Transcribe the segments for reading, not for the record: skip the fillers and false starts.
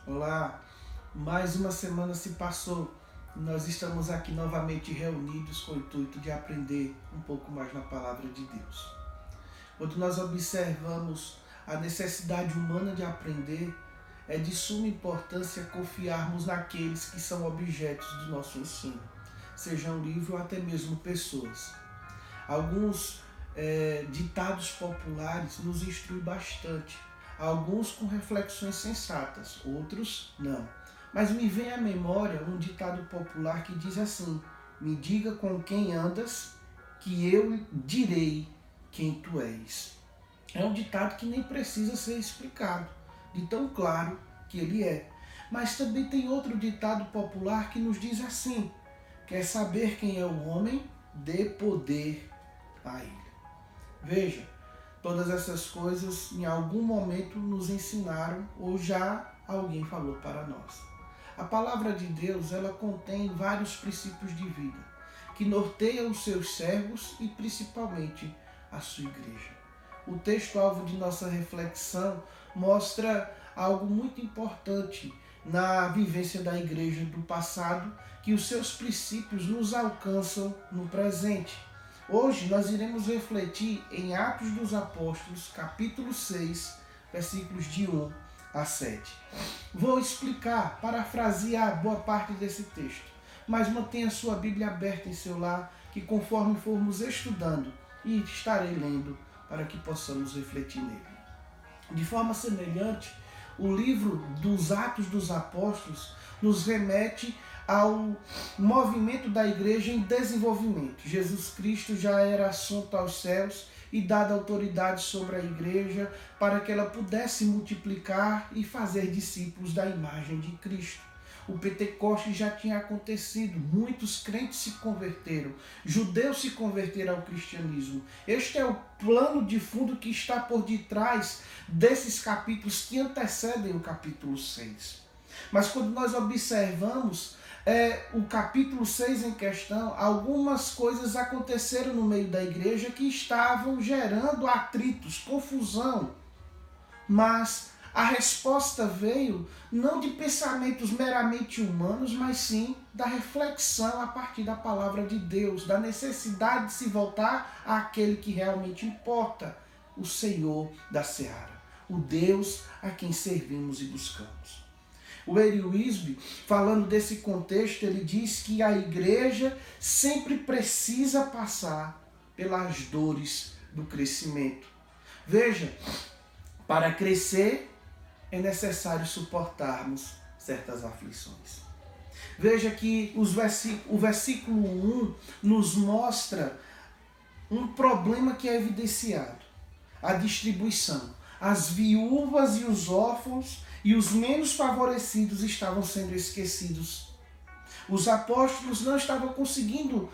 Olá, mais uma semana se passou e nós estamos aqui novamente reunidos com o intuito de aprender um pouco mais na Palavra de Deus. Quando nós observamos a necessidade humana de aprender, é de suma importância confiarmos naqueles que são objetos do nosso ensino, sejam livros ou até mesmo pessoas. Alguns ditados populares nos instruem bastante, alguns com reflexões sensatas, outros não. Mas me vem à memória um ditado popular que diz assim: me diga com quem andas, que eu direi quem tu és. É um ditado que nem precisa ser explicado, de tão claro que ele é. Mas também tem outro ditado popular que nos diz assim: quer saber quem é o homem? Dê poder a ele. Veja, todas essas coisas em algum momento nos ensinaram ou já alguém falou para nós. A palavra de Deus, ela contém vários princípios de vida que norteiam os seus servos e principalmente a sua igreja. O texto-alvo de nossa reflexão mostra algo muito importante na vivência da igreja do passado, que os seus princípios nos alcançam no presente. Hoje nós iremos refletir em Atos dos Apóstolos, capítulo 6, versículos de 1 a 7. Vou explicar, parafrasear boa parte desse texto, mas mantenha sua Bíblia aberta em seu lar, que conforme formos estudando, e estarei lendo para que possamos refletir nele. De forma semelhante, o livro dos Atos dos Apóstolos nos remete ao movimento da igreja em desenvolvimento. Jesus Cristo já era assunto aos céus e dada autoridade sobre a igreja para que ela pudesse multiplicar e fazer discípulos da imagem de Cristo. O Pentecostes já tinha acontecido, muitos crentes se converteram, judeus se converteram ao cristianismo. Este é o plano de fundo que está por detrás desses capítulos que antecedem o capítulo 6. Mas quando nós observamos o capítulo 6 em questão, algumas coisas aconteceram no meio da igreja que estavam gerando atritos, confusão. Mas a resposta veio não de pensamentos meramente humanos, mas sim da reflexão a partir da palavra de Deus, da necessidade de se voltar àquele que realmente importa, o Senhor da seara, o Deus a quem servimos e buscamos. O Eri Wisby, falando desse contexto, ele diz que a igreja sempre precisa passar pelas dores do crescimento. Veja, para crescer é necessário suportarmos certas aflições. Veja que o versículo 1 nos mostra um problema que é evidenciado: a distribuição. As viúvas e os órfãos e os menos favorecidos estavam sendo esquecidos. Os apóstolos não estavam conseguindo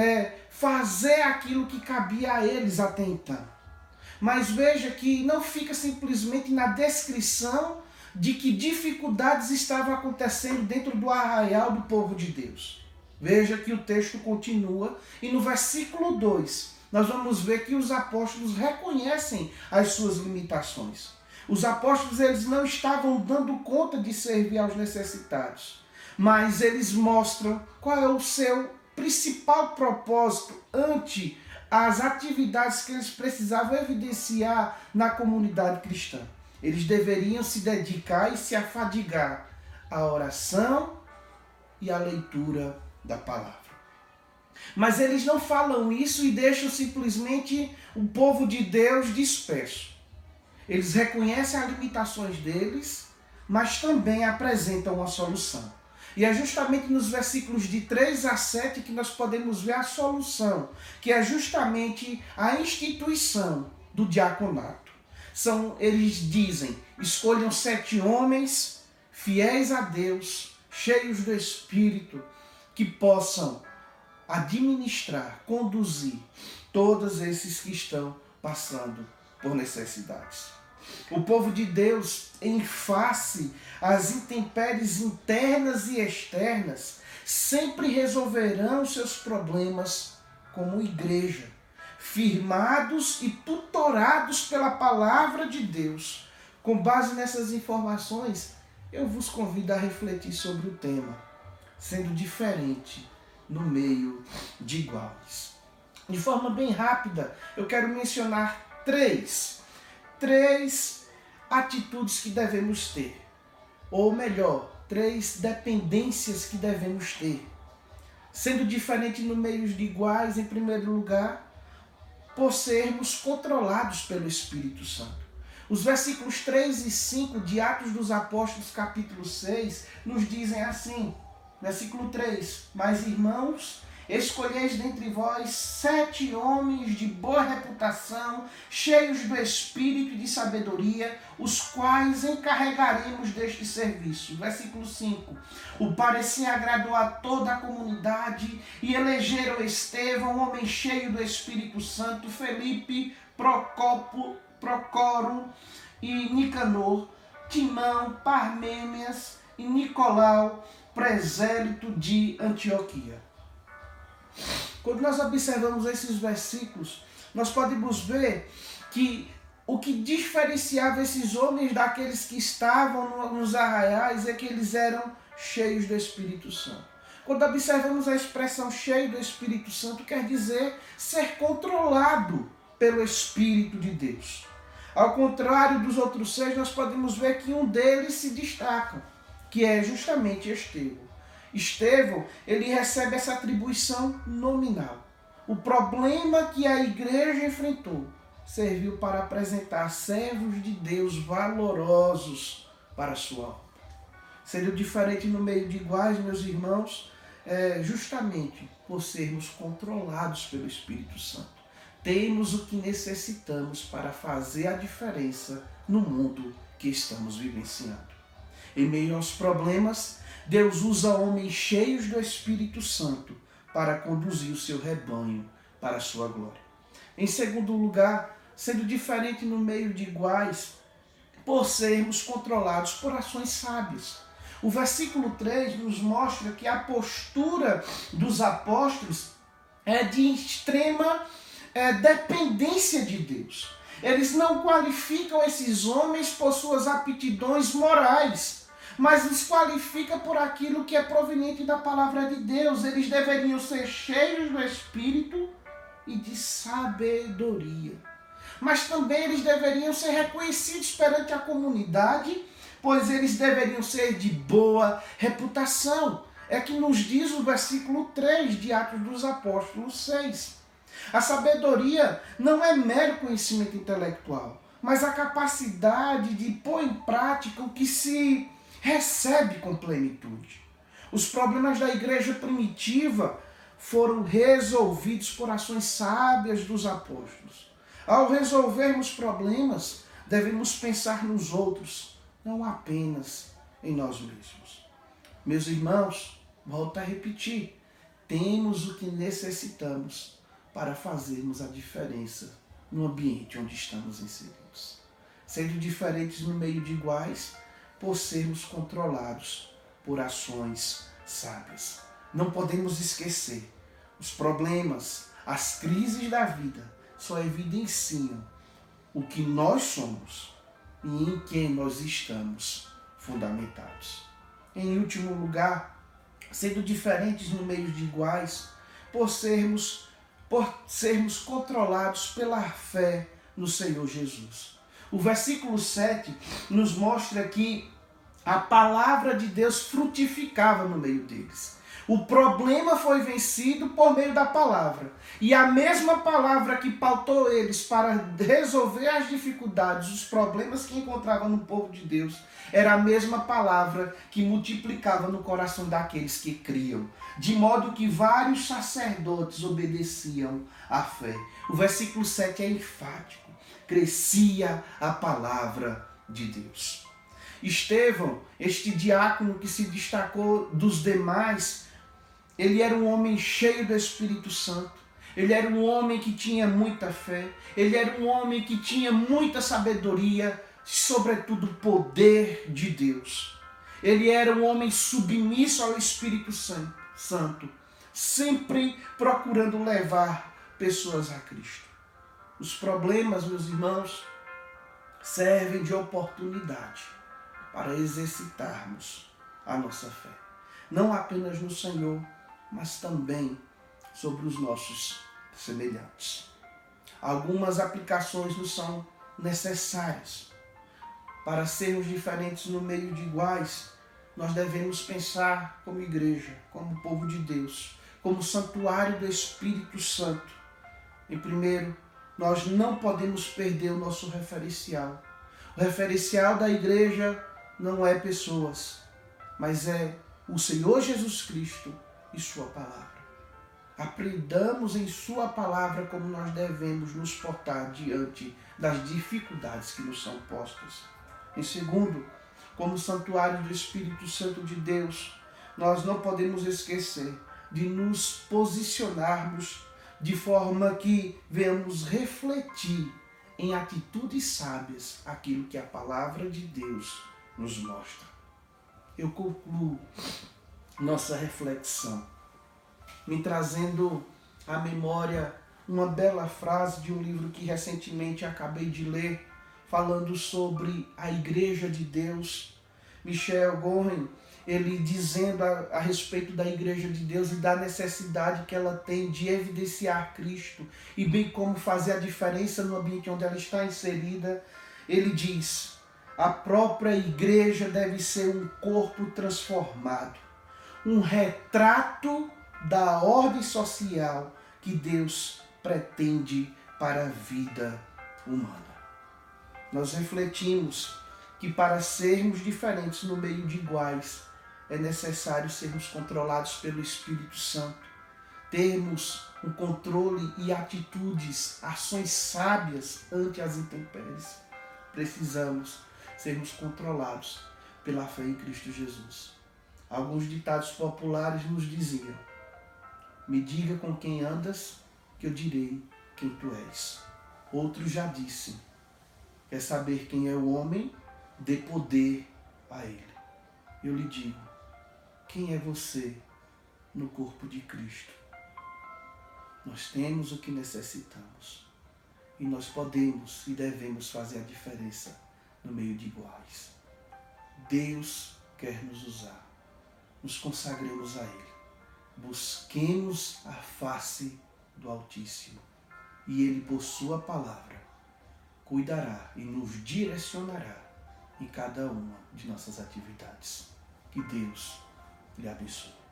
fazer aquilo que cabia a eles até então. Mas veja que não fica simplesmente na descrição de que dificuldades estavam acontecendo dentro do arraial do povo de Deus. Veja que o texto continua e no versículo 2 nós vamos ver que os apóstolos reconhecem as suas limitações. Os apóstolos, eles não estavam dando conta de servir aos necessitados, mas eles mostram qual é o seu principal propósito ante as atividades que eles precisavam evidenciar na comunidade cristã. Eles deveriam se dedicar e se afadigar à oração e à leitura da palavra. Mas eles não falam isso e deixam simplesmente o povo de Deus disperso. Eles reconhecem as limitações deles, mas também apresentam uma solução. E é justamente nos versículos de 3 a 7 que nós podemos ver a solução, que é justamente a instituição do diaconato. Eles dizem: escolham 7 homens fiéis a Deus, cheios do Espírito, que possam administrar, conduzir todos esses que estão passando por necessidades. O povo de Deus, em face às intempéries internas e externas, sempre resolverão seus problemas como igreja, firmados e tutorados pela palavra de Deus. Com base nessas informações, eu vos convido a refletir sobre o tema, sendo diferente no meio de iguais. De forma bem rápida, eu quero mencionar três atitudes que devemos ter. Ou melhor, 3 dependências que devemos ter. Sendo diferente no meio de iguais, em primeiro lugar, por sermos controlados pelo Espírito Santo. Os versículos 3 e 5 de Atos dos Apóstolos, capítulo 6, nos dizem assim, versículo 3, mas irmãos, escolheis dentre vós 7 homens de boa reputação, cheios do Espírito e de sabedoria, os quais encarregaremos deste serviço. Versículo 5. O parecer agradou a toda a comunidade e elegeram Estevão, homem cheio do Espírito Santo, Felipe, Procoro e Nicanor, Timão, Parmênias e Nicolau, presélito de Antioquia. Quando nós observamos esses versículos, nós podemos ver que o que diferenciava esses homens daqueles que estavam nos arraiais é que eles eram cheios do Espírito Santo. Quando observamos a expressão cheio do Espírito Santo, quer dizer ser controlado pelo Espírito de Deus. Ao contrário dos outros 6, nós podemos ver que um deles se destaca, que é justamente Estevão. Estevão, ele recebe essa atribuição nominal. O problema que a igreja enfrentou serviu para apresentar servos de Deus valorosos para a sua obra. Sendo diferente no meio de iguais, meus irmãos, justamente por sermos controlados pelo Espírito Santo. Temos o que necessitamos para fazer a diferença no mundo que estamos vivenciando. Em meio aos problemas, Deus usa homens cheios do Espírito Santo para conduzir o seu rebanho para a sua glória. Em segundo lugar, sendo diferente no meio de iguais, por sermos controlados por ações sábias. O versículo 3 nos mostra que a postura dos apóstolos é de extrema dependência de Deus. Eles não qualificam esses homens por suas aptidões morais, mas os qualifica por aquilo que é proveniente da palavra de Deus. Eles deveriam ser cheios do Espírito e de sabedoria. Mas também eles deveriam ser reconhecidos perante a comunidade, pois eles deveriam ser de boa reputação. É que nos diz o versículo 3 de Atos dos Apóstolos 6. A sabedoria não é mero conhecimento intelectual, mas a capacidade de pôr em prática o que se recebe com plenitude. Os problemas da igreja primitiva foram resolvidos por ações sábias dos apóstolos. Ao resolvermos problemas, devemos pensar nos outros, não apenas em nós mesmos. Meus irmãos, volto a repetir, temos o que necessitamos para fazermos a diferença no ambiente onde estamos inseridos. Sendo diferentes no meio de iguais, por sermos controlados por ações sábias. Não podemos esquecer, os problemas, as crises da vida só evidenciam o que nós somos e em quem nós estamos fundamentados. Em último lugar, sendo diferentes no meio de iguais, por sermos controlados pela fé no Senhor Jesus. O versículo 7 nos mostra que a palavra de Deus frutificava no meio deles. O problema foi vencido por meio da palavra. E a mesma palavra que pautou eles para resolver as dificuldades, os problemas que encontravam no povo de Deus, era a mesma palavra que multiplicava no coração daqueles que criam. De modo que vários sacerdotes obedeciam à fé. O versículo 7 é enfático. Crescia a palavra de Deus. Estevão, este diácono que se destacou dos demais, ele era um homem cheio do Espírito Santo. Ele era um homem que tinha muita fé. Ele era um homem que tinha muita sabedoria, sobretudo poder de Deus. Ele era um homem submisso ao Espírito Santo, sempre procurando levar pessoas a Cristo. Os problemas, meus irmãos, servem de oportunidade para exercitarmos a nossa fé. Não apenas no Senhor, mas também sobre os nossos semelhantes. Algumas aplicações nos são necessárias. Para sermos diferentes no meio de iguais, nós devemos pensar como igreja, como povo de Deus, como santuário do Espírito Santo. Em primeiro, nós não podemos perder o nosso referencial. O referencial da igreja não é pessoas, mas é o Senhor Jesus Cristo e sua palavra. Aprendamos em sua palavra como nós devemos nos portar diante das dificuldades que nos são postas. Em segundo, como santuário do Espírito Santo de Deus, nós não podemos esquecer de nos posicionarmos de forma que venhamos refletir em atitudes sábias aquilo que a palavra de Deus nos mostra. Eu concluo nossa reflexão me trazendo à memória uma bela frase de um livro que recentemente acabei de ler, falando sobre a Igreja de Deus. Michel Gorin, ele dizendo a respeito da Igreja de Deus e da necessidade que ela tem de evidenciar Cristo e bem como fazer a diferença no ambiente onde ela está inserida. Ele diz: a própria Igreja deve ser um corpo transformado, um retrato da ordem social que Deus pretende para a vida humana. Nós refletimos que para sermos diferentes no meio de iguais, é necessário sermos controlados pelo Espírito Santo, termos um controle e atitudes, ações sábias ante as intempéries. Precisamos sermos controlados pela fé em Cristo Jesus. Alguns ditados populares nos diziam: me diga com quem andas, que eu direi quem tu és. Outros já disse: quer saber quem é o homem? Dê poder a ele. Eu lhe digo: quem é você no corpo de Cristo? Nós temos o que necessitamos. E nós podemos e devemos fazer a diferença no meio de iguais. Deus quer nos usar. Nos consagremos a Ele. Busquemos a face do Altíssimo. E Ele, por sua palavra, cuidará e nos direcionará em cada uma de nossas atividades. Que Deus lhe abençoe.